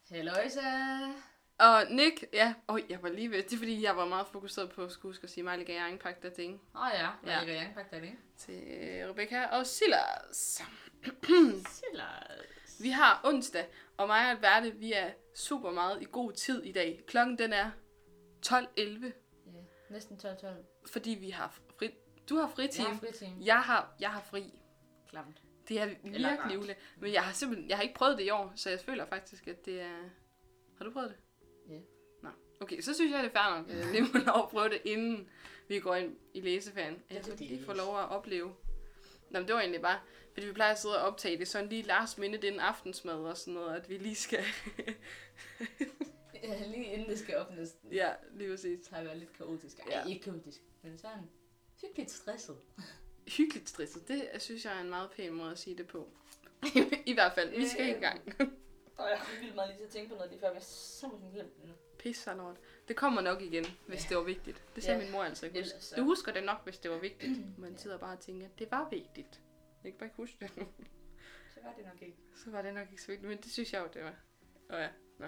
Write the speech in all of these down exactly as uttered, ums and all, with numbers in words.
Halløjsa! Og Nick, ja, oh, jeg var lige ved, det er fordi, jeg var meget fokuseret på at skulle huske at sige mig, jeg ikke pakket det, ikke? Åh oh, ja, Ja. jeg ikke pakket det, Til Rebecca og Silas. Silas. Vi har onsdag, og mig og Alberte, vi er super meget i god tid i dag. Klokken den er tolv elleve. Ja, næsten tolv tolv. Fordi vi har fri. Du har fritime. Jeg har fritime. Jeg har, jeg har fri. Klamt. Det er virkelig ulækkert. Men jeg har simpelthen, jeg har ikke prøvet det i år, så jeg føler faktisk, at det er... Har du prøvet det? Ja. Nå. Okay, så synes jeg, det er fair nok. Jeg må lov at prøve det, inden vi går ind i læseferien. Jeg kan lige få lov at opleve. Nå, men det var egentlig bare, fordi vi plejer at sidde og optage det sådan lige last minute inden aftensmad og sådan noget, at vi lige skal... Ja, lige inden det skal åbnes. Ja, lige præcis. Så har jeg været lidt kaotisk. Ej, Ja. ikke kaotisk, men sådan hyggeligt stresset. Hyggeligt stresset, det synes jeg er en meget pæn måde at sige det på. I hvert fald, vi skal i gang. Og jeg kunne vildt meget lige til at tænke på noget lige før, men jeg simpelthen glemt det nu. Pisse lort. Det kommer nok igen, hvis Ja. det var vigtigt. Det sagde Ja. min mor altså ikke. Ellers så- Du husker det nok, hvis det var vigtigt. Man Ja. sidder bare og tænker, at det var vigtigt. Jeg kan bare ikke huske det. Så var det nok ikke. Så var det nok ikke så vigtigt, men det synes jeg jo, det var. Og ja, nå.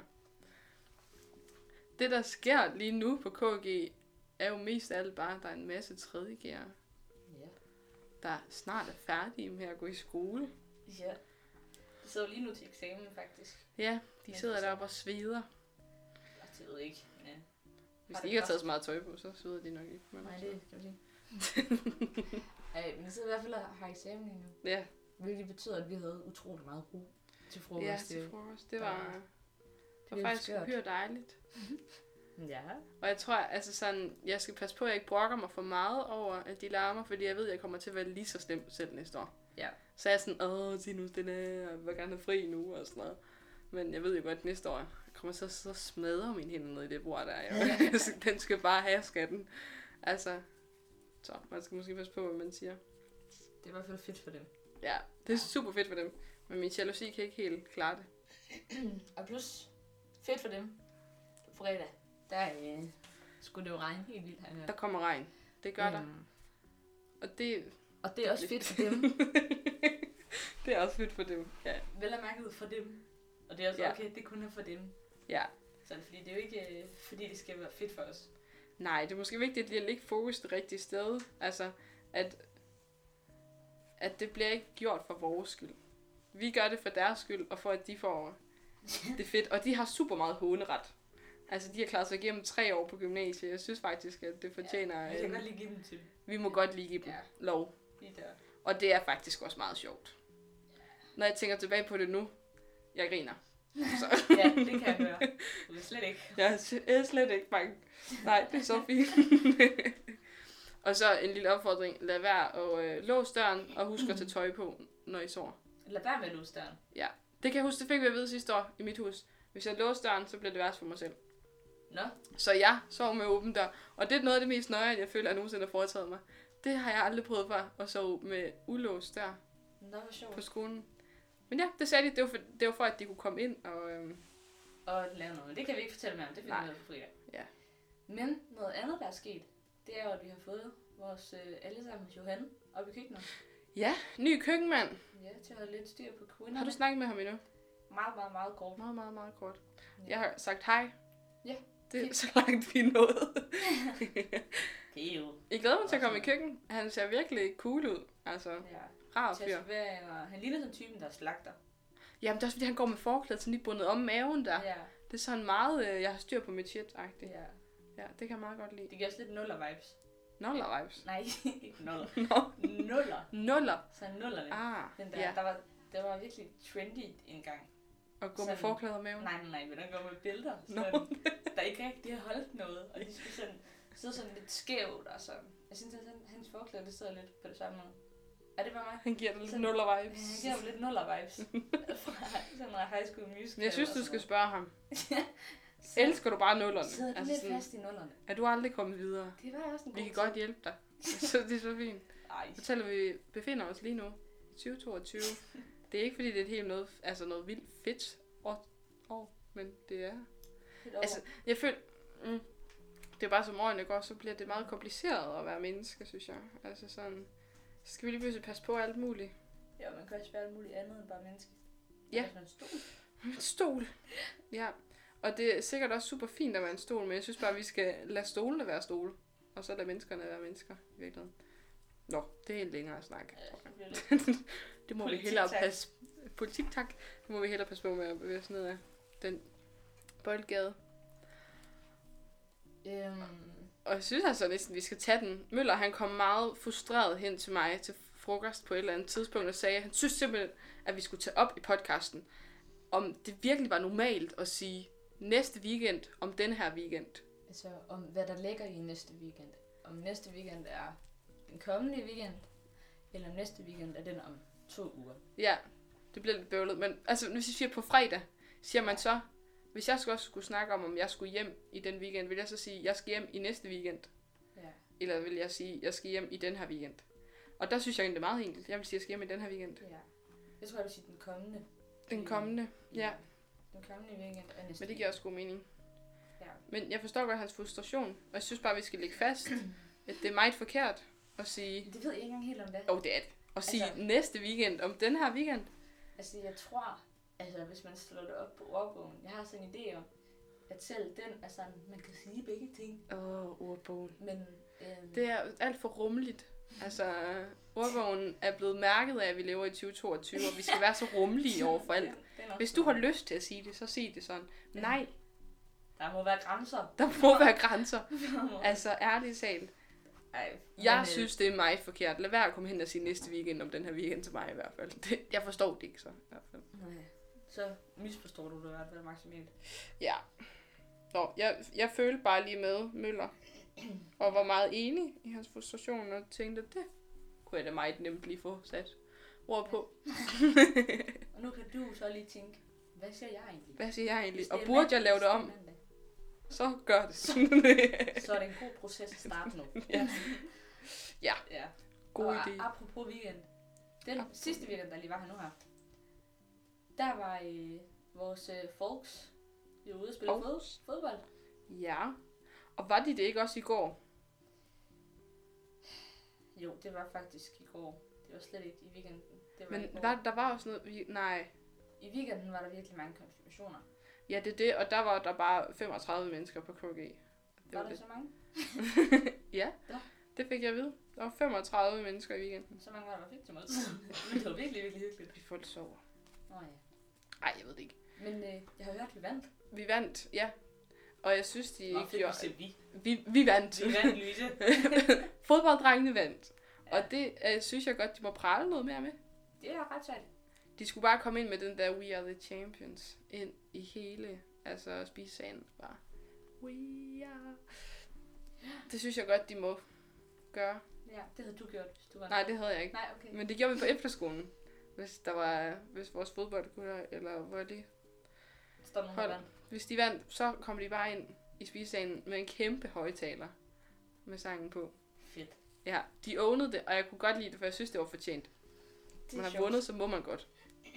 Det, der sker lige nu på K G, er jo mest af alt bare, at der er en masse tredje G'ere, Ja. der snart er færdige med at gå i skole. Ja. Det sidder jo lige nu til eksamen, faktisk. Ja, de Men sidder for så- deroppe og sveder. Og det ved jeg ikke. Ja. Hvis Har de det ikke har taget først? så meget tøj på, så sveder de nok ikke. Men Nej, altså. det kan man sige. Ej, men jeg sidder i hvert fald og har eksamen lige nu. Ja, Hvilket betyder, at vi havde utrolig meget ro til frokost. ja, til frokost. Det var, Ja. det Det var er faktisk skørt. uhyre dejligt. Ja. Og jeg tror, altså sådan, jeg skal passe på, at jeg ikke brokker mig for meget over, at de larmer, fordi jeg ved, at jeg kommer til at være lige så slem selv næste år. Ja. Så er jeg sådan, åh, sig nu stille, jeg vil gerne have fri nu, og sådan noget. Men jeg ved jo godt, at næste år, jeg kommer så så smadre min hænder ned i det bord der. Jo. Den skal bare have skatten. Altså, så man skal måske passe på, hvad man siger. Det er i hvert fald fedt for dem. Ja, det er super fedt for dem. Men min jalousi kan ikke helt klare det. Og plus, fedt for dem. Fredag, der øh, skulle det jo regne helt vildt her. Der kommer regn. Det gør der. Øhm, Og det, Og det er også fedt for dem. det er også fedt for dem. Ja. Vel er mærket for dem. Og det er også Ja. okay, det kun er for dem. Ja. Så fordi det er jo ikke, øh, fordi det skal være fedt for os. Nej, det er måske vigtigt lige at lægge fokus det rigtige sted. Altså, at, at det bliver ikke gjort for vores skyld. Vi gør det for deres skyld, og for at de får det fedt. Og de har super meget håneret. Altså, de har klaret sig igennem tre år på gymnasiet. Jeg synes faktisk, at det fortjener... Ja, vi kan en- godt lige give dem til. vi må godt lige give dem Ja. lov. Lige der. Og det er faktisk også meget sjovt. Når jeg tænker tilbage på det nu, jeg griner. Så. Ja, det kan jeg høre. Du er slet ikke. Jeg er slet ikke bange. Nej, det er så fint. Og så en lille opfordring. Lad være at øh, låse døren, og husk at tage tøj på, når I sover. Lad være med at låse døren. Ja. Det kan jeg huske, det fik vi at vide sidste år i mit hus. Hvis jeg låser døren, så bliver det værst for mig selv. Nå, Så jeg sover med åben dør. Og det er noget af det mest nøje, jeg føler, at jeg nogensinde har foretaget mig. Det har jeg aldrig prøvet før, at sove med ulåst dør nå hvor sjovt. på skolen. Men ja, det sagde de, det var for, det var for at de kunne komme ind og... Øhm, Og lave noget. Det kan vi ikke fortælle mere om. Det finder Nej. vi ud af på fredag. Ja. Men noget andet, der er sket, det er jo, at vi har fået vores øh, allesammens Johan op i køkkenet. ja, ny køkkenmand. Ja, til at holde lidt styr på kvinderne. Har du snakket med ham endnu? Meget, meget, meget kort. Meget, meget, meget kort. Ja. Jeg har sagt hej. Ja. Det er Fedt. så langt vi er nået. Det er jo... Jeg glæder mig til at komme i køkken. Han ser virkelig cool ud. Altså, Ja. rar fyr. Tatoveringer. Han ligner sådan typen, der slagter. Jamen, det er også fordi, han går med forklædet sådan lige bundet om maven der. Ja. Det er sådan meget, øh, jeg har styr på mit shit-agtigt. Ja. Ja, det kan jeg meget godt lide. Det giver også lidt nuller-vibes. Nuller vibes. Nej, ikke nuller. Nå, Nuller. nuller. Så nullerne. Ah, Den der, ja. der, var, der var virkelig trendy en gang. Og gå med sådan- forklæder om maven. Nej, nej, nej, men den går med billeder, Nå. sådan, der ikke rigtig har holdt noget, og de skulle sådan, sidde sådan lidt skævt, og så, jeg synes, at han- hans forklæde, det sidder lidt på det samme måde. Er det bare mig? Han giver dig lidt Sådan- nuller Ja, vibes. han giver jo lidt nuller-vibes. Fra sådan noget high school musical. Men jeg synes, du skal spørge ham. spørge. Elsker du bare nullerne? Sidder du Altså lidt sådan, fast i nullerne? er du aldrig kommet videre? Det var også en Vi god kan godt hjælpe dig. Så det er så fint. Ej, Fortæller vi befinder os lige nu i tyve toogtyve. Det er ikke fordi det er et helt noget, altså noget vildt fedt år, år men det er. lidt over. Altså, jeg føler, mm, det er bare som årene går, så bliver det meget kompliceret at være menneske, synes jeg. Altså sådan, så skal vi lige pludselig passe på alt muligt. Ja, man kan også være alt muligt andet end bare menneske. Ja. Altså, en stol. En stol. Ja. Og det er sikkert også super fint at være en stol, men jeg synes bare, at vi skal lade stolene være stole. Og så lade menneskerne være mennesker i virkeligheden. Nå, det er en længere snak. Ja, det, det må vi hellere passe... Politik, tak. Det må vi hellere passe på med at bevæge os ned af den boldgade. Øhm. Og jeg synes altså næsten, vi skal tage den. Møller, han kom meget frustreret hen til mig til frokost på et eller andet tidspunkt og sagde, at han synes simpelthen, at vi skulle tage op i podcasten, om det virkelig var normalt at sige næste weekend om den her weekend. Altså om hvad der ligger i næste weekend. Om næste weekend er den kommende weekend, eller om næste weekend er den om to uger. Ja, det bliver lidt bøvlet. Men altså, hvis vi siger på fredag, siger man så, hvis jeg også skulle snakke om, om jeg skulle hjem i den weekend, vil jeg så sige, at jeg skal hjem i næste weekend? Ja. Eller vil jeg sige, at jeg skal hjem i den her weekend? Og der synes jeg egentlig, det er meget enkelt. Jeg vil sige, at jeg skal hjem i den her weekend. Ja. Jeg tror, jeg vil sige den kommende. Den kommende, ja. Den kommende weekend er næste. Men det giver også god mening. Ja. Men jeg forstår godt hans frustration, og jeg synes bare, vi skal lægge fast, at det er meget forkert at sige... Det ved jeg ikke engang helt om hvad. Åh, oh, det er det. At sige altså, næste weekend om den her weekend. Altså, jeg tror, altså hvis man slår det op på ordbogen, jeg har sådan en idé om, at selv den er sådan, man kan sige begge ting. Åh, oh, ordbogen. Men øhm, det er alt for rummeligt. Altså, ordbogen er blevet mærket af, at vi lever i tyve toogtyve, og vi skal være så rummelige over for alt. Hvis du har lyst til at sige det, så sig det sådan. Ja. Nej. Der må være grænser. Der må være grænser. Altså, ærligt talt. Ej, jeg men, synes, det er meget forkert. Lad være at komme hen og sige næste weekend om den her weekend til mig i hvert fald. Det, jeg forstår det ikke så. I hvert fald. Nej. Så misforstår du det i hvert fald maksimalt. Ja. Nå, jeg, jeg følte bare lige med Møller. Og var meget enig i hans frustration og tænkte, det kunne jeg da meget nemt lige få sat ord på. Og nu kan du så lige tænke, hvad siger jeg egentlig? Hvad siger jeg egentlig? Og burde jeg lave det om? Så gør det. Så, så er det en god proces at starte nu. Ja. Ja. Ja. God og idé. Apropos weekend. Den Apropos. sidste weekend, der lige var her nu her. Der var øh, vores øh, folks vi var ude og spille Folks. fod, fodbold. Ja. Og var de det ikke også i går? Jo, det var faktisk i går. Det var slet ikke i weekenden. Det var Men i går. var, der var også noget... Vi, nej. I weekenden var der virkelig mange konfirmationer. Ja, det er det. Og der var der bare femogtredive mennesker på K G. Det Var der det. så mange? Ja, Ja. det fik jeg at vide. Der var femogtredive mennesker i weekenden. Så mange var der, der fik til måltid. Men det var virkelig, virkelig hyggeligt. Vi folk sover. Nå ja. Ej, jeg ved det ikke. Men øh, jeg har hørt, at vi vandt. Vi vandt, ja. Og jeg synes, de Nå, ikke fedt, gjorde... siger vi. Vi, vi vandt. Vi vandt, Louise. Fodbolddrengene vandt. Ja. Og det øh, synes jeg godt, de må prale noget mere med. Det er ret sejt. De skulle bare komme ind med den der We are the champions ind i hele, altså spisesalen. Bare, we are... Det synes jeg godt, de må gøre. Ja, det havde du gjort, hvis du var Nej, det havde jeg ikke. Nej, okay. Men det gjorde vi på efterskolen. Hvis der var, hvis vores fodboldgutter, eller volley, Står nogen, der hold, vandt. hvis de vandt, så kom de bare ind i spisesalen med en kæmpe højtaler med sangen på. Fedt. Ja, de ownede det, og jeg kunne godt lide det, for jeg synes, det var fortjent. Det Man er har sjovt. vundet, så må man godt.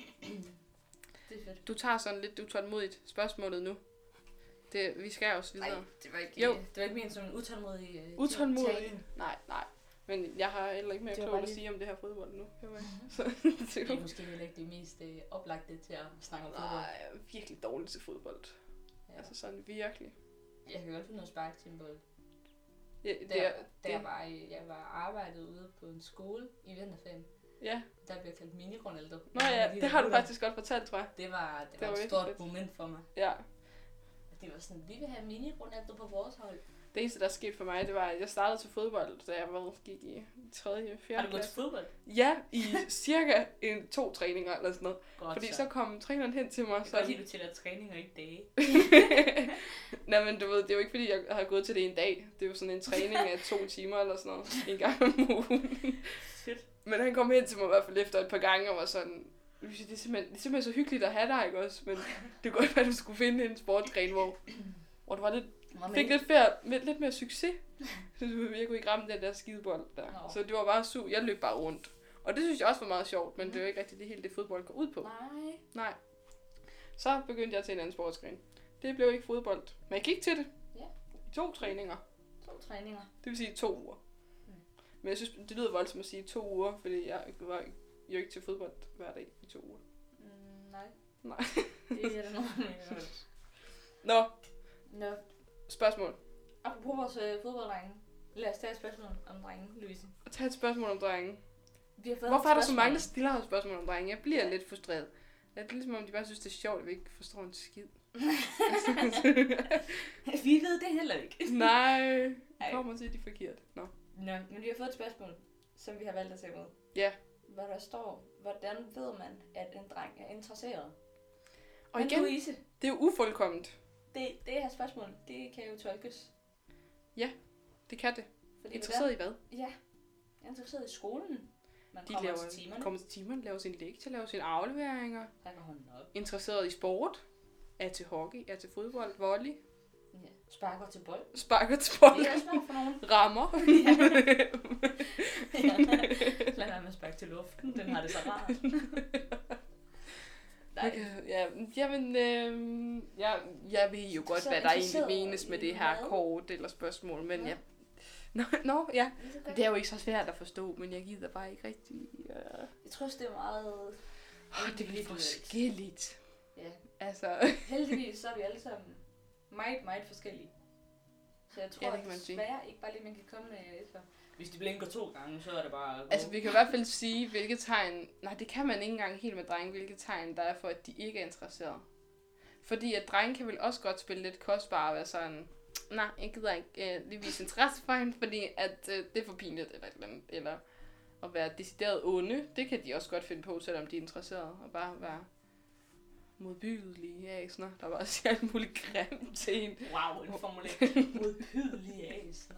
Det er fedt. Du tager sådan lidt utålmodigt spørgsmålet nu. Det, vi skal også videre. Nej, det var ikke, Jo. øh, det var ikke ment som en utålmodig øh, Utålmodig? tale. Nej, nej. Men jeg har heller ikke mere Det var klogt bare at lige- sige om det her fodbold nu. Kan man. Så, Det er måske heller ikke det mest øh, oplagte til at snakke om fodbold. nej, jeg er virkelig dårlig til fodbold. Ja. Altså sådan virkelig. Jeg kan godt finde noget spark til en bold. Ja, Da, det er, da jeg, det, var, i- jeg var arbejdet ude på en skole i vinterferien, ja. der blev jeg kaldt mini-Ronaldo. Nå ja, det har du faktisk godt fortalt, tror jeg. Det var, det Det var var et virkelig stort fedt. moment for mig. Ja. Det var sådan, vi vil have mini-Ronaldo på vores hold. Det eneste, der skete for mig, det var, at jeg startede til fodbold, da jeg var, gik i tredje, fjerde Har du gået til klasse. fodbold? Ja, i cirka en, to træninger eller sådan noget. Godt Fordi så kom træneren hen til mig. Jeg kan Så godt lide, at du tæller træning og ikke dage. Nej, men du ved, det er jo ikke fordi, jeg har gået til det en dag. Det er jo sådan en træning af to timer eller sådan noget. En gang om ugen. Fedt. Men han kom hen til mig i hvert fald efter et par gange og var sådan, Lucy, det er simpelthen, det er simpelthen så hyggeligt at have dig, ikke også? Men det kunne godt være, at du skulle finde en sportsgren, hvor, hvor du var lidt, fik lidt, færd, med, lidt mere succes. Så jeg kunne ikke ramme den der skidebold der. Nå. Så det var bare su. Jeg løb bare rundt. Og det synes jeg også var meget sjovt, men det er jo ikke rigtigt det hele det fodbold går ud på. Nej. Nej. Så begyndte jeg til en anden sportsgren. Det blev ikke fodbold. Men jeg gik til det. Ja. I to træninger. To træninger. Det vil sige to uger. Mm. Men jeg synes, det lyder voldsomt at sige to uger, fordi jeg var jo ikke til fodbold hver dag i to uger. Mm, nej. Nej. Det er der nogen, der mener. Nå, Nå, spørgsmål. apropos vores øh, fodbolddrenge. Lad os tage et spørgsmål om drenge, Louise. Tag et spørgsmål om drenge. Vi har fået Hvorfor et er der så spørgsmål. mange, der stiller os spørgsmål om drenge? Jeg bliver Ja. lidt frustreret. Det er ligesom om, de bare synes, det er sjovt, at vi ikke forstår en skid. Vi ved det heller ikke. Nej, Ej. kommer til de forkert. Nå. Nå, men vi har fået et spørgsmål, som vi har valgt at tage med. Ja. Hvor der står, hvordan ved man, at en dreng er interesseret? Og Men igen, Louise, det er jo ufuldkomment. det, det her spørgsmål, det kan jo tolkes. Det kan det. Fordi Interesseret i hvad? hvordan- Ja, interesseret i skolen. Man De kommer laver, til timerne, kommer til timerne, laver sin lektie, laver sine afleveringer. rækker hånden op, Interesseret i sport. Er til hockey, er til fodbold, volley. ja. Sparker til bold. Sparker til Det bold. er også noget for nogen. Rammer. Ja. Lad være med at sparke til luften, den har det så rart. Nej, Okay, ja, jamen, øh, jeg, jeg ved jo godt, Så hvad der egentlig interesseret menes med i det her mad? kort eller spørgsmål, men Ja. jeg... Nå, nå, ja. det er så godt. Det er jo ikke så svært at forstå, men jeg gider bare ikke rigtig... Uh... Jeg tror også, det er meget... Oh, det er vel individuelt. forskelligt. Ja. Altså, Heldigvis så er vi alle sammen meget, meget forskellige. Så jeg tror, Ja, det ja, kan man at sige. desværre ikke bare lige, man kan komme med et. Hvis de blinker to gange, så er det bare... altså, vi kan i hvert fald sige, hvilke tegn... Nej, det kan man ikke engang helt med drenge, hvilke tegn der er for, at de ikke er interesserede. Fordi at drenge kan vel også godt spille lidt kostbare og være sådan... Nej, jeg gider ikke øh, lige vise interesse for hende, fordi at, øh, det er for pinligt, eller et eller andet. Eller at være decideret onde, det kan de også godt finde på, selvom de er interesserede. Og bare være modbydelige asner, der bare siger alt muligt grimt til en. Wow, en formulering. Modbydelige asner.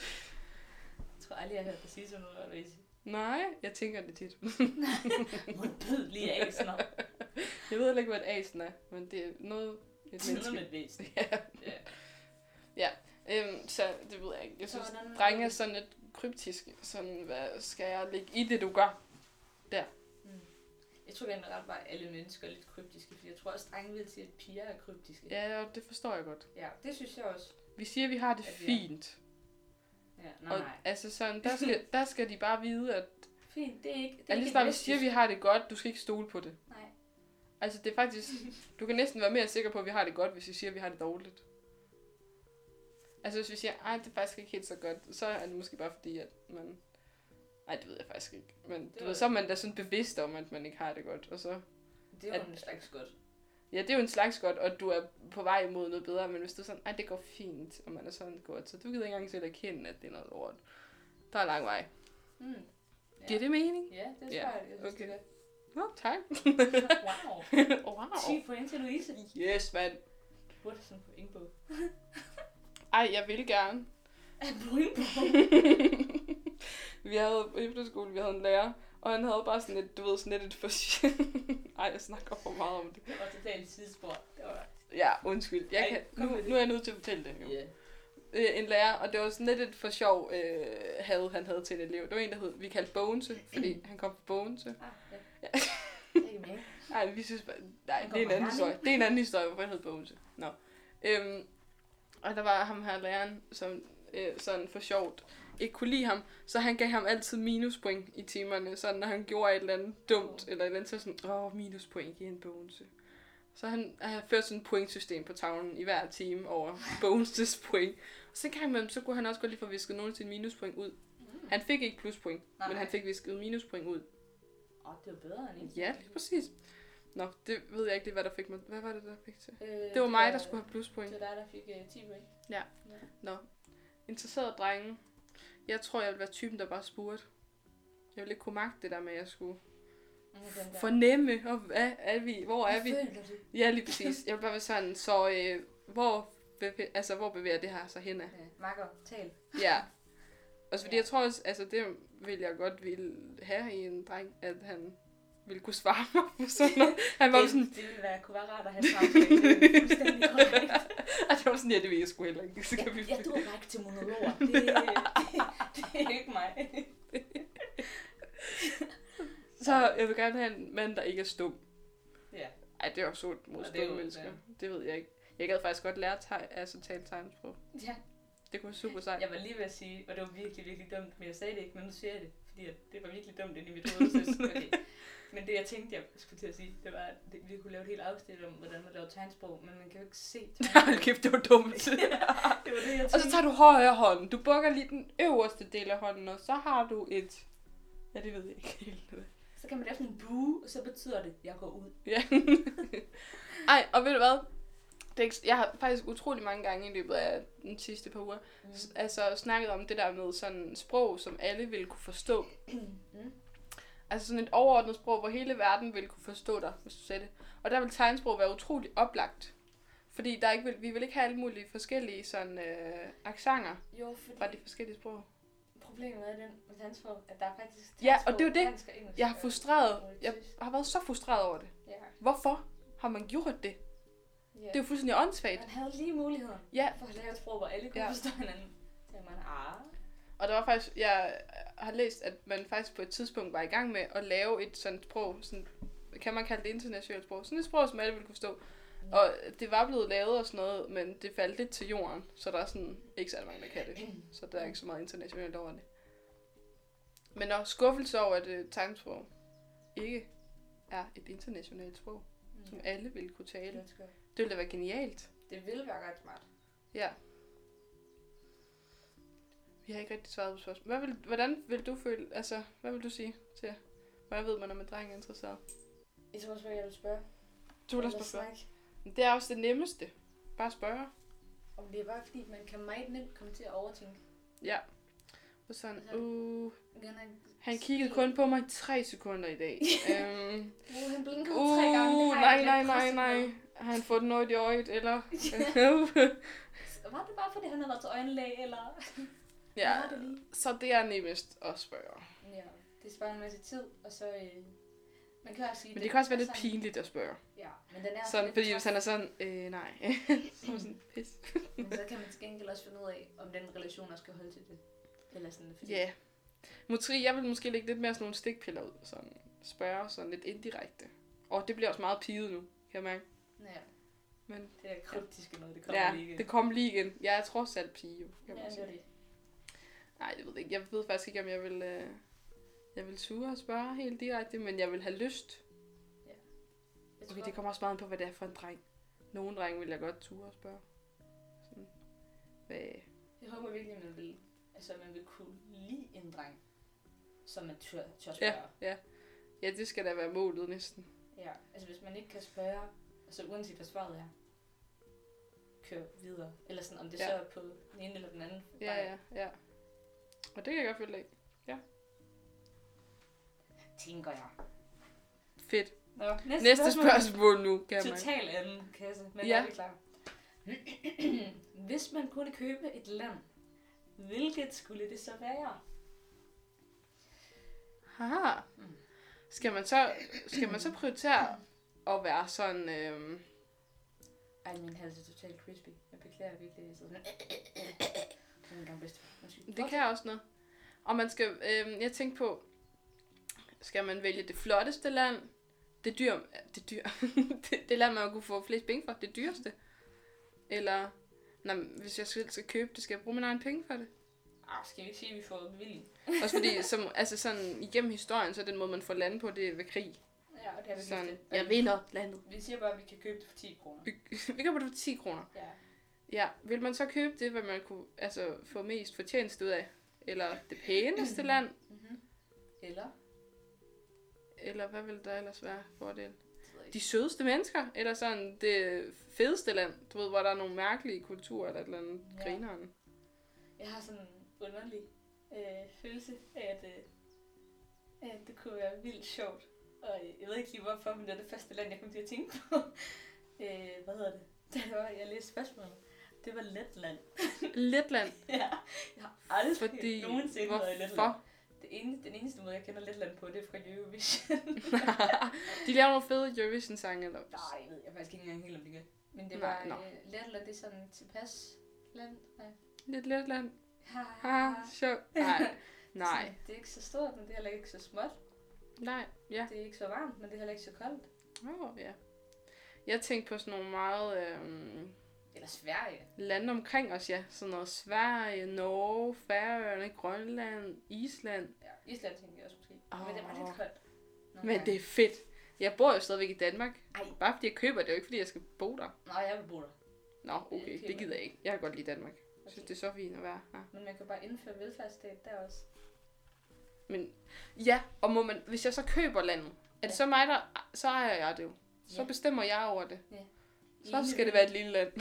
Jeg tror aldrig, jeg har hørt dig sige sådan noget, Louise. Nej, jeg tænker det tit. Modbydelige asner. Jeg ved heller ikke, hvad et asen er, men det er noget... Et Det er noget menneske. med et væsen. Ja. Ja. Øhm, så det ved jeg ikke. Jeg Så synes, hvordan- drenge er sådan lidt kryptiske. Sådan, hvad skal jeg lægge i det, du gør? Mm. Jeg tror generelt bare, at alle mennesker er lidt kryptiske, fordi jeg tror også, drenge vil sige, at piger er kryptiske. Ja, og det forstår jeg godt. Ja, det synes jeg også. Vi siger, at vi har det At vi er- fint. Ja, nej, Og nej. altså sådan, der skal, der skal de bare vide, at, Fint, det er ikke... Det er at lige ikke snart vi egoistisk. siger, at vi har det godt, du skal ikke stole på det. Nej. Altså det er faktisk, du kan næsten være mere sikker på, at vi har det godt, hvis vi siger, at vi har det dårligt. Altså hvis vi siger, ej, det er faktisk ikke helt så godt, så er det måske bare fordi, at man... Nej, det ved jeg faktisk ikke. Men du var- ved, så er man da sådan bevidst om, at man ikke har det godt. Og så, Det er At- jo en slags godt. ja, det er jo en slags godt, og du er på vej imod noget bedre. Men hvis du er sådan, ej, det går fint, og man er sådan godt, så du gider ikke engang selv erkende, at det er noget lort. Der er lang vej. Mm. Ja. Giver det mening? Ja, det tror Ja, jeg, jeg synes, okay. det Nå, tak. er. Wow. Wow. ti point til Louise. Yes, mand. Burde sådan en pointbog. Ej, jeg vil gerne. En pointbog? Vi havde på efterskole, vi havde en lærer, og han havde bare sådan et, du ved, sådan lidt et for... Ej, jeg snakker for meget om det. Det var totalt sidespor. Det var Ja, undskyld. Jeg Ej, kan, kom nu, med det. nu er jeg nødt til at fortælle det. Jo. Ja. Øh, en lærer, og det var sådan lidt et for sjov øh, had, han havde til en elev. Det var en, der hed, vi kaldte Bogense, fordi han kom fra Bogense. Ah, ja. Ja. Ikke med. Nej, vi synes bare, nej, Han det er en kom fra anden Herning. historie. Det er en anden historie, hvorfor han hed Bogense. Nå. Øhm, og der var ham her læreren, som øh, sådan for sjovt ikke kunne lide ham, så han gav ham altid minuspoint i timerne, så når han gjorde et eller andet dumt, eller et eller andet, så sådan, åh, minuspoint igen, Bogense. Så han har ført sådan et pointsystem på tavlen i hver time over Bogenses point. Og så en gang imellem, så kunne han også godt lige få visket nogle af sine minuspoint ud. Mm. Han fik ikke pluspoint, Nej, men han nej. fik visket minuspoint ud. Åh, det var bedre end en. Ja, lige præcis. Nå, det ved jeg ikke lige, hvad der fik mig. Hvad var det, der fik til? Øh, Det var mig, der skulle have pluspoint. Det var dig, der fik uh, ti point. Ja. Nå. Interesserede drenge. Jeg tror, jeg vil være typen, der bare spurgte. Jeg ville ikke kunne magte det der med, at jeg skulle Mm, den der. fornemme, og hvad er vi? Hvor er vi? Hvad føler du? Ja, lige præcis. Jeg vil bare være sådan, så øh, hvor, bevæ- altså, hvor bevæger det her sig henad? Ja, makker, tal. Ja. Også fordi Ja. jeg tror også, altså det vil jeg godt ville have i en dreng, at han ville kunne svare mig på sådan noget. Han var det, sådan, det ville være, kunne være rart at have samtale. Det er fuldstændig korrekt. og det var sådan, ja, det ved jeg sgu heller ikke. Så kan vi Jeg, jeg duer ikke til monologer. Det, det, det, det er ikke mig. Så jeg vil gerne have en mand, der ikke er stum. Ja. Ej, det er jo sundt mod Og det er stumme jo- mennesker. ja. Det ved jeg ikke. Jeg gad faktisk godt lære teg- altså tale tegnsprog. Ja. Det kunne være super sejt. Jeg var lige ved at sige, og det var virkelig, virkelig dumt, men jeg sagde det ikke, men nu siger jeg det, fordi at det var virkelig dumt inde i mit hoved. Så, okay. Men det jeg tænkte, jeg skulle til at sige, det var, at det, vi kunne lave et helt afsnit om, hvordan man laver tegnsprog, men man kan jo ikke se Hold kæft, det var dumt. det var det, jeg tænkte. Og så tager du højre hånd. Du bukker lige den øverste del af hånden, og så har du et... Ja, det ved jeg ikke helt. Så kan man lave sådan en bue, og så betyder det, jeg går ud. Ja. Ej, og ved du hvad? Det er ikke, jeg har faktisk utrolig mange gange i løbet af den sidste par uger mm. altså snakket om det der med sådan sprog, som alle ville kunne forstå. Mm. Altså sådan et overordnet sprog, hvor hele verden ville kunne forstå dig, hvis du sagde det. Og der vil tegnsprog være utrolig oplagt. Fordi der ikke vil, vi vil ikke have alle mulige forskellige sådan øh, accenter jo, fordi fra de forskellige sprog. Problemet er den med tegnsprog, at der er faktisk tegnsprog, ja, og det er jo det. dansk og engelsk. Jeg har frustreret. Jeg har været så frustreret over det. Ja. Hvorfor har man gjort det? Ja. Det er jo fuldstændig åndssvagt. Man havde lige muligheden ja. for at lave et sprog, hvor alle kunne ja. forstå hinanden. Så man, ah. Og der var faktisk, jeg har læst, at man faktisk på et tidspunkt var i gang med at lave et sådan sprog, sådan, kan man kalde det internationalt sprog, sådan et sprog, som alle ville kunne forstå. Mm. Og det var blevet lavet og sådan noget, men det faldt lidt til jorden, så der er sådan ikke så mange, der kan det. Så der er ikke så meget internationalt over det. Men også skuffelse over, at uh, tegnsprog ikke er et internationalt sprog, mm. som alle ville kunne tale. Det ville da være genialt. Det ville være ret smart. Ja. Vi har ikke rigtig svaret på spørgsmål. Hvad vil, hvordan vil du føle, altså, hvad vil du sige til, hvordan ved man, om en dreng er interesseret? Jeg tror også, jeg vil spørge. Du vil også spørge. Det er også det nemmeste. Bare spørge. Og det er bare fordi, man kan meget nemt komme til at overtænke. Ja. Og sådan, altså, uh, han kiggede kun på mig i tre sekunder i dag. um, uh, han blinkede uh, tre gange. Nej, nej, nej, nej. Har han fået noget i øjet, eller? Var det bare fordi, han havde været til øjenlæge, eller? Ja, så det er nemmest at spørge. Ja, det sparer en masse tid, og så... Øh, man kan også sige... Men det, det kan også være lidt sådan, pinligt at spørge. Ja, men den er sådan, lidt fordi hvis han er sådan, øh, nej. Så sådan, pis. Men så kan man til gengæld også finde ud af, om den relation også skal holde til det. Eller sådan, fordi... Ja. Yeah. Måske, jeg vil måske lægge lidt mere sådan nogle stikpiller ud, sådan spørge sådan lidt indirekte. Og det bliver også meget piget nu, kan jeg mærke. Ja. Men, det er kryptiske noget, det kommer ja, lige igen. det kommer lige igen. Jeg er trods alt pige, jo. Ja, det er det. Nej, jeg ved ikke. Jeg ved faktisk ikke, om jeg vil, øh, jeg vil ture og spørge helt direkte, men jeg vil have lyst. Ja. Okay, tror, det kommer også meget på, hvad det er for en dreng. Nogle drenge vil jeg godt ture og spørge. Sådan, hvad... Jeg håber virkelig, man vil, altså man vil kunne lide en dreng, som man tør, tør spørge. Ja, ja. Ja, det skal da være målet næsten. Ja, altså hvis man ikke kan spørge, altså uanset hvad svaret er, kør videre. Eller sådan, om det ja. så er på den ene eller den anden. Ja, ja, ja. Og det kan jeg godt følge af. Ja. Tænker jeg. Fedt. Nå, næste, næste spørgsmål, spørgsmål nu, kan man. Total anden kasse, men ja. er vi klar. Hvis man kunne købe et land, hvilket skulle det så være? Haha. Mm. Skal man så, skal man så prioritere at være sådan... Øhm... Ej, min hals er totalt crispy. Jeg beklager virkelig, jeg sidder sådan... en gang bedst. Det kan også noget. Og man skal... Øhm, jeg tænker på... Skal man vælge det flotteste land? Det dyr... Det dyr... det, det land, man kunne få flest penge for. Det dyreste. Eller... Nej, hvis jeg skal, skal købe det, skal jeg bruge mine egne penge for det? Ah, skal vi ikke sige, at vi får bevilling? Også fordi, som, altså sådan, igennem historien, så er den måde, man får landet på, det er ved krig. Ja, og det er vi sådan, jeg vinder landet. Vi siger bare, at vi kan købe det for ti kroner. Vi, vi køber det for ti kroner. Ja. Ja, vil man så købe det, hvad man kunne altså, få mest fortjeneste ud af? Eller det pæneste land? Mm-hmm. Eller? Eller hvad vil der ellers være fordel? De sødeste mennesker? Eller sådan det fedeste land? Du ved, hvor der er nogle mærkelige kulturer eller et eller andet ja. Grineren. Jeg har sådan en underlig øh, følelse af, at, øh, at det kunne være vildt sjovt. Og jeg ved ikke lige hvorfor, men det er det første land, jeg kom til at tænke på. øh, hvad hedder det? Det var, jeg læste spørgsmålet. Det var Letland. Letland? Ja. Jeg har aldrig Fordi, nogensinde hvorfor? været i Letland. Det ene, den eneste måde, jeg kender Letland på, det er fra Eurovision. De laver nogle fede Eurovision-sange, eller? Nej, jeg ved jeg faktisk ikke engang helt, om det gør. Men det Nej, var, no. øh, Letland, det er sådan tilpas land. Nej. Lidt Letland. Ha, ha, sjovt. Nej, nej. Det er ikke så stort, men det er heller ikke så småt. Nej, ja. Det er ikke så varmt, men det er heller ikke så koldt. Åh, oh, ja. Jeg tænkte på sådan nogle meget... Øhm, Eller Sverige. Lande omkring os, ja. Sådan noget Sverige, Norge, Færøerne, Grønland, Island. Ja, Island tænker jeg også måske. Oh. Men det var lidt koldt. Nå. Men det er fedt. Jeg bor jo stadigvæk i Danmark. Ej. Bare fordi jeg køber det, er jo ikke fordi jeg skal bo der. Nej, jeg vil bo der. Nå, okay, Okay, det gider jeg ikke. Jeg kan godt lide Danmark. Jeg synes, Okay. det er så fint at være her. Men man kan bare indføre velfærdsstat der også. Men ja, og må man, hvis jeg så køber landet, er det Ja. så mig, der, så ejer jeg det jo. Så Ja. bestemmer jeg over det. Ja. Så Enig skal det med- være et lille land.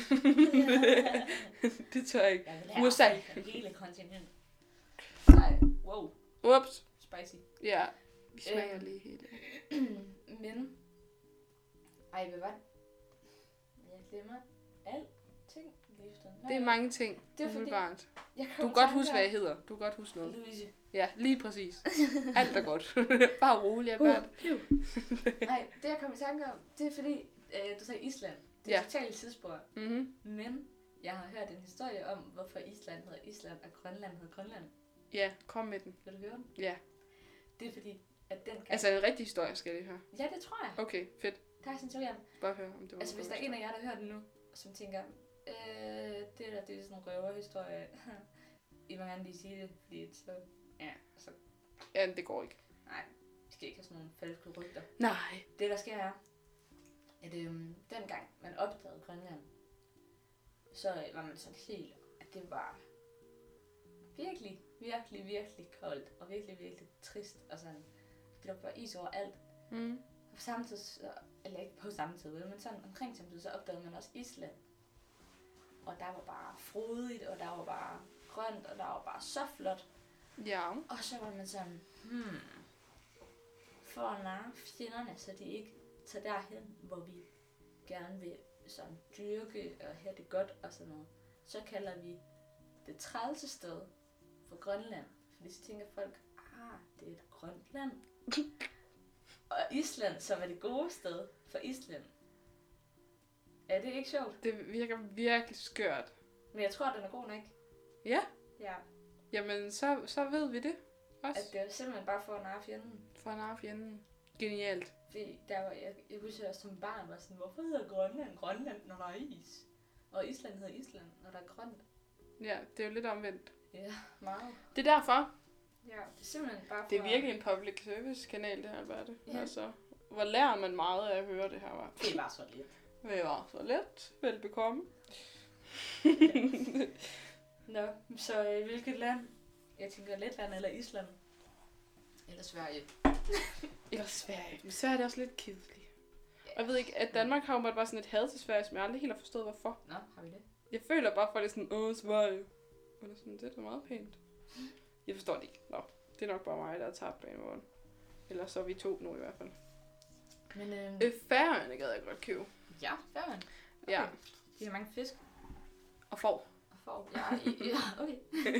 Det tør jeg ikke. Jeg vil have U S A. Afrika, hele kontinent. Nej, wow, Ups. spicy. Ja, vi smager Øhm. lige hele. Men, ej, hvad var det? Jeg glemmer alting lige efter. Det er mange ting. Det er fordi- umiddelbart. Jeg Du kan godt huske, hvad jeg hedder. Du kan godt huske noget. Louise. Ja, lige præcis. Alt er godt. Bare rolig, jeg Uh, gør det. piv. Nej, det jeg kom i tanke om, det er fordi, øh, du sagde Island. Det er Ja. totalt tidsspor. Mhm. Men jeg har hørt en historie om, hvorfor Island hedder Island, og Grønland hedder Grønland. Ja, kom med den. Vil du høre den? Ja. Det er fordi, at den gang... Altså en rigtig historie skal det høre. Ja, det tror jeg. Okay, fedt. Der er sådan en teori om. Bare høre, om det var Altså, hvis der er en af jer, der hører den nu, som tænker, øh, det der, det er sådan en røverhistorie. I må gerne lige sige det, fordi så... Ja, så... Ja, det går ikke. Nej, vi skal ikke have sådan nogle falske rygter. Nej. Det, der sker, er, at øhm, dengang man opdagede Grønland, så øh, var man sådan helt, at det var virkelig, virkelig, virkelig koldt, og virkelig, virkelig trist, og sådan, der var is over alt. Mm. Og på samme tid, så, eller ikke på samme tid, vel, men sådan omkring samme tid, så opdagede man også Island. Og der var bare frodigt, og der var bare grønt, og der var bare så flot. Ja. Og så var man sådan, hmm, for at narre fjenderne, så de ikke tager derhen, hvor vi gerne vil sådan dyrke og have det godt og sådan noget. Så kalder vi det trælse sted for Grønland. Fordi så tænker folk, ah, det er et grønt land. Og Island, som er det gode sted for Island. Er det ikke sjovt? Det virker virkelig skørt. Men jeg tror, at den er god nok. Ja. Ja, Jamen, så, så ved vi det også. at det er simpelthen bare for at narre fjenden. For narre fjenden. Genialt. Fordi der var, jeg, jeg husker også som barn var sådan, hvorfor hedder Grønland Grønland, når der er is? Og Island hedder Island, når der er grønt. Ja, det er jo lidt omvendt. Ja, meget. Det er derfor. Ja, det er simpelthen bare for... Det er virkelig en public service kanal, det her, Alberte. Ja. Altså, hvor lærer man meget af at høre det her, var. Det var så lidt. Det var så let. Velbekomme. Nå, så øh, hvilket land? Jeg tænker Letland eller Island. Eller Sverige. Eller Sverige. Men Sverige er også lidt kedeligt. Og jeg ved ikke, at Danmark har jo bare sådan et had til Sverige, som jeg aldrig helt har forstået, hvorfor. Nå, har vi det? Jeg føler bare, for det er sådan, åh, Sverige. Og det er sådan, det er da meget pænt. Jeg forstår det ikke. Nå, det er nok bare mig, der har tabt banemåden. Eller så er vi to nu i hvert fald. Men øh, Øh, Færøerne gad jeg godt købe. ja, Færøerne. Okay. Ja, De har mange fisk. og får. Og får. Ja, i, ja okay.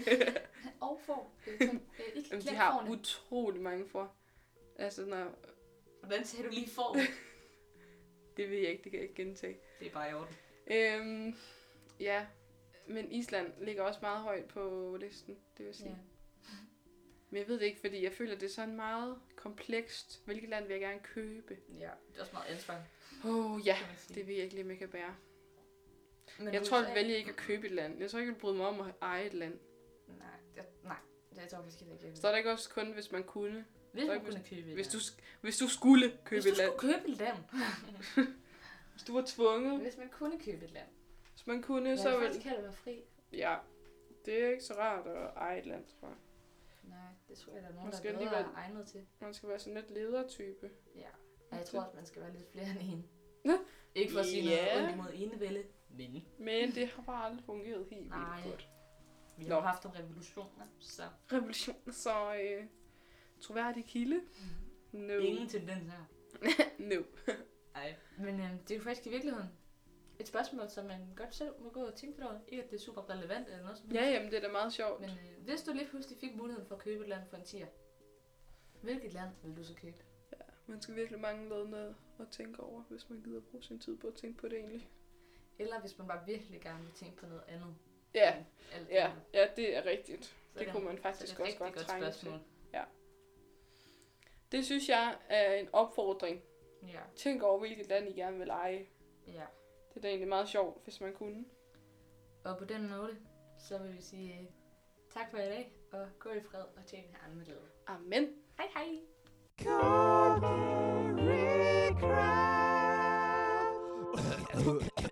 og får. Øh, ikke Jamen, de glem har fårene. utrolig mange får. Altså, når, Hvordan sagde du lige får? det ved jeg ikke, det kan jeg ikke gentage. Det er bare i orden. Øhm, ja, men Island ligger også meget højt på listen, det vil jeg sige. Ja. Men jeg ved det ikke, fordi jeg føler, det er sådan meget komplekst. Hvilket land vil jeg gerne købe? Ja, det er også meget ansvar. Åh oh, ja, kan man sige. det vil jeg ikke lige, om jeg kan bære. Men Jeg U S tror, A jeg vil vælge ikke at købe et land. Jeg tror ikke, jeg vil bryde mig om at eje et land. Nej, jeg, nej, det tror jeg faktisk ikke, jeg vil. Så er der ikke også kun, hvis man kunne? Hvis man hvis- kunne købe et Hvis du, land. sk- hvis du skulle købe Hvis du et land. skulle købe et land. Hvis du var tvunget. Hvis man kunne købe et land. Hvis man kunne, Jeg så vil vil... faktisk hellere være fri. Ja, det er ikke så rart at eje et land, tror jeg. Nej, det tror jeg, der er nogen, Man der skal er bedre alligevel- egnet til. Man skal være sådan lidt ledertype. Ja. Og jeg tror også, man skal være lidt flere end en. Ja. Ikke for at sige Ja. noget ondt imod enevælde, men Men det har bare aldrig fungeret helt Nej. vildt godt. vi Nå. har haft nogle revolutioner, så Revolution, så øh, troværdig kilde? No. ingen tendens her. No. Nej. Men øh, det er jo faktisk i virkeligheden et spørgsmål, som man godt selv må gå og tænke på. Ikke at det er super relevant eller noget som helst. Ja, jamen det er da meget sjovt. Men øh, hvis du lige pludselig fik muligheden for at købe et land for en tier, hvilket land vil du så købe? Man skal virkelig mange lade noget at tænke over, hvis man gider bruge sin tid på at tænke på det egentlig. Eller hvis man bare virkelig gerne vil tænke på noget andet. Ja, end alt ja, andet. ja, det er rigtigt. Så Det er kunne man så faktisk det er et også godt rigtig godt trænge spørgsmål. til. Det synes jeg er en opfordring. Ja, Tænk over, hvilket land I gerne vil eje. ja. Det er da egentlig meget sjovt, hvis man kunne. Og på den note, så vil vi sige øh, tak for i dag, og gå i fred og tjene herren med glæde. Amen. Hej hej! God Bye.